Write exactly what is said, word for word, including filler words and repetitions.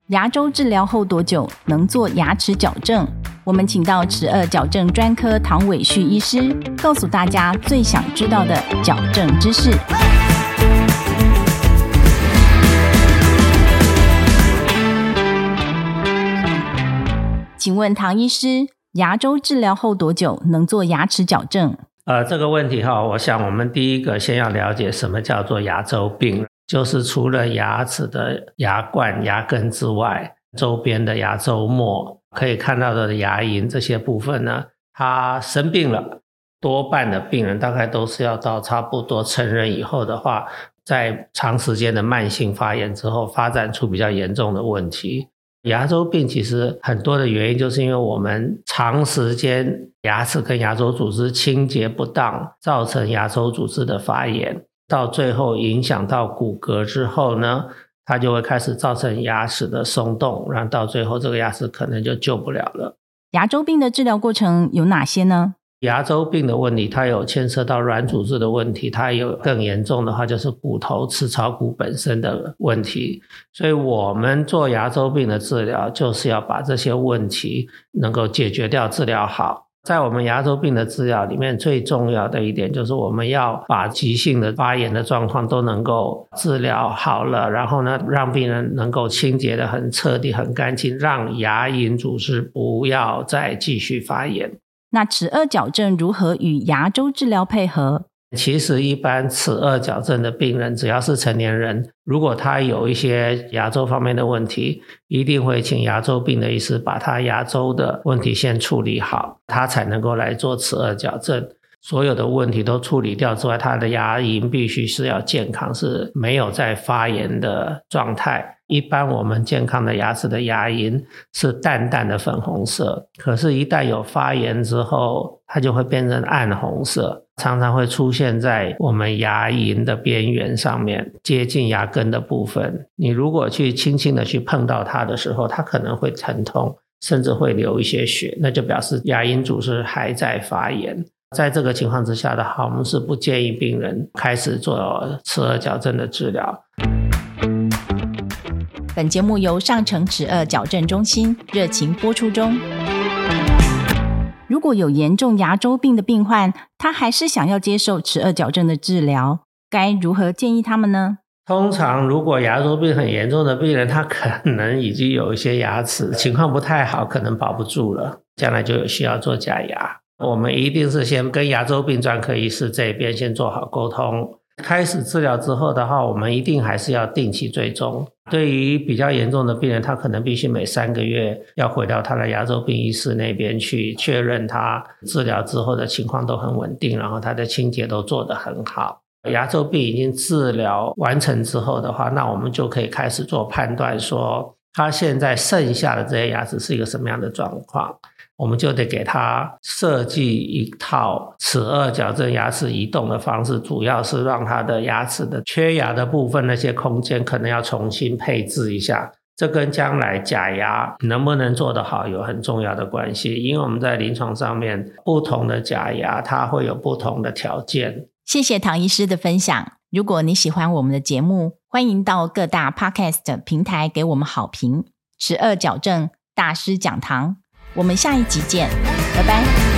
牙周治疗后多久能做牙齿矫正？我们请到齿颚矫正专科唐伟旭医师，告诉大家最想知道的矫正知识。请问唐医师，牙周治疗后多久能做牙齿矫正？ 呃，这个问题哈，我想我们第一个先要了解什么叫做牙周病，就是除了牙齿的牙冠、牙根之外，周边的牙周末可以看到的牙龈这些部分呢，它生病了，多半的病人大概都是要到差不多成人以后的话，在长时间的慢性发炎之后，发展出比较严重的问题。牙周病其实很多的原因就是因为我们长时间牙齿跟牙周组织清洁不当，造成牙周组织的发炎，到最后影响到骨骼之后呢，它就会开始造成牙齿的松动，然后到最后这个牙齿可能就救不了了。 牙周病的治疗过程有哪些呢？ 牙周病的问题，它有牵涉到软组织的问题，它有更严重的话就是骨头齿槽骨本身的问题。所以我们做牙周病的治疗，就是要把这些问题能够解决掉，治疗好。在我们牙周病的治疗里面，最重要的一点就是我们要把急性的发炎的状况都能够治疗好了，然后呢，让病人能够清洁得很彻底很干净，让牙龈组织不要再继续发炎。 那齿颚矫正如何与牙周治疗配合？ 其实一般齿颚矫正的病人，只要是成年人，如果他有一些牙周方面的问题，一定会请牙周病的医师把他牙周的问题先处理好，他才能够来做齿颚矫正。所有的问题都处理掉之外，他的牙龈必须是要健康，是没有在发炎的状态。一般我们健康的牙齿的牙龈是淡淡的粉红色，可是一旦有发炎之后，它就会变成暗红色，常常会出现在我们牙龈的边缘上面，接近牙根的部分。你如果去轻轻的去碰到它的时候，它可能会疼痛，甚至会流一些血，那就表示牙龈组织还在发炎。在这个情况之下的话，我们是不建议病人开始做齿颚矫正的治疗。 本节目由上城齿颚矫正中心热情播出中。如果有严重牙周病的病患，他还是想要接受齿颚矫正的治疗，该如何建议他们呢？ 通常如果牙周病很严重的病人，他可能已经有一些牙齿情况不太好，可能保不住了，将来就有需要做假牙。我们一定是先跟牙周病专科医师这边先做好沟通，开始治疗之后的话，我们一定还是要定期追踪。对于比较严重的病人，他可能必须每三个月要回到他的牙周病医师那边去确认他治疗之后的情况都很稳定，然后他的清洁都做得很好。牙周病已经治疗完成之后的话，那我们就可以开始做判断，说他现在剩下的这些牙齿是一个什么样的状况，我们就得给他设计一套齿颚矫正牙齿移动的方式，主要是让他的牙齿的缺牙的部分那些空间可能要重新配置一下，这跟将来假牙能不能做得好有很重要的关系。因为我们在临床上面不同的假牙它会有不同的条件。 谢谢唐医师的分享。如果你喜欢我们的节目，欢迎到各大 Podcast 平台给我们好评。齿颚矫正大师讲堂，我们下一集见，拜拜。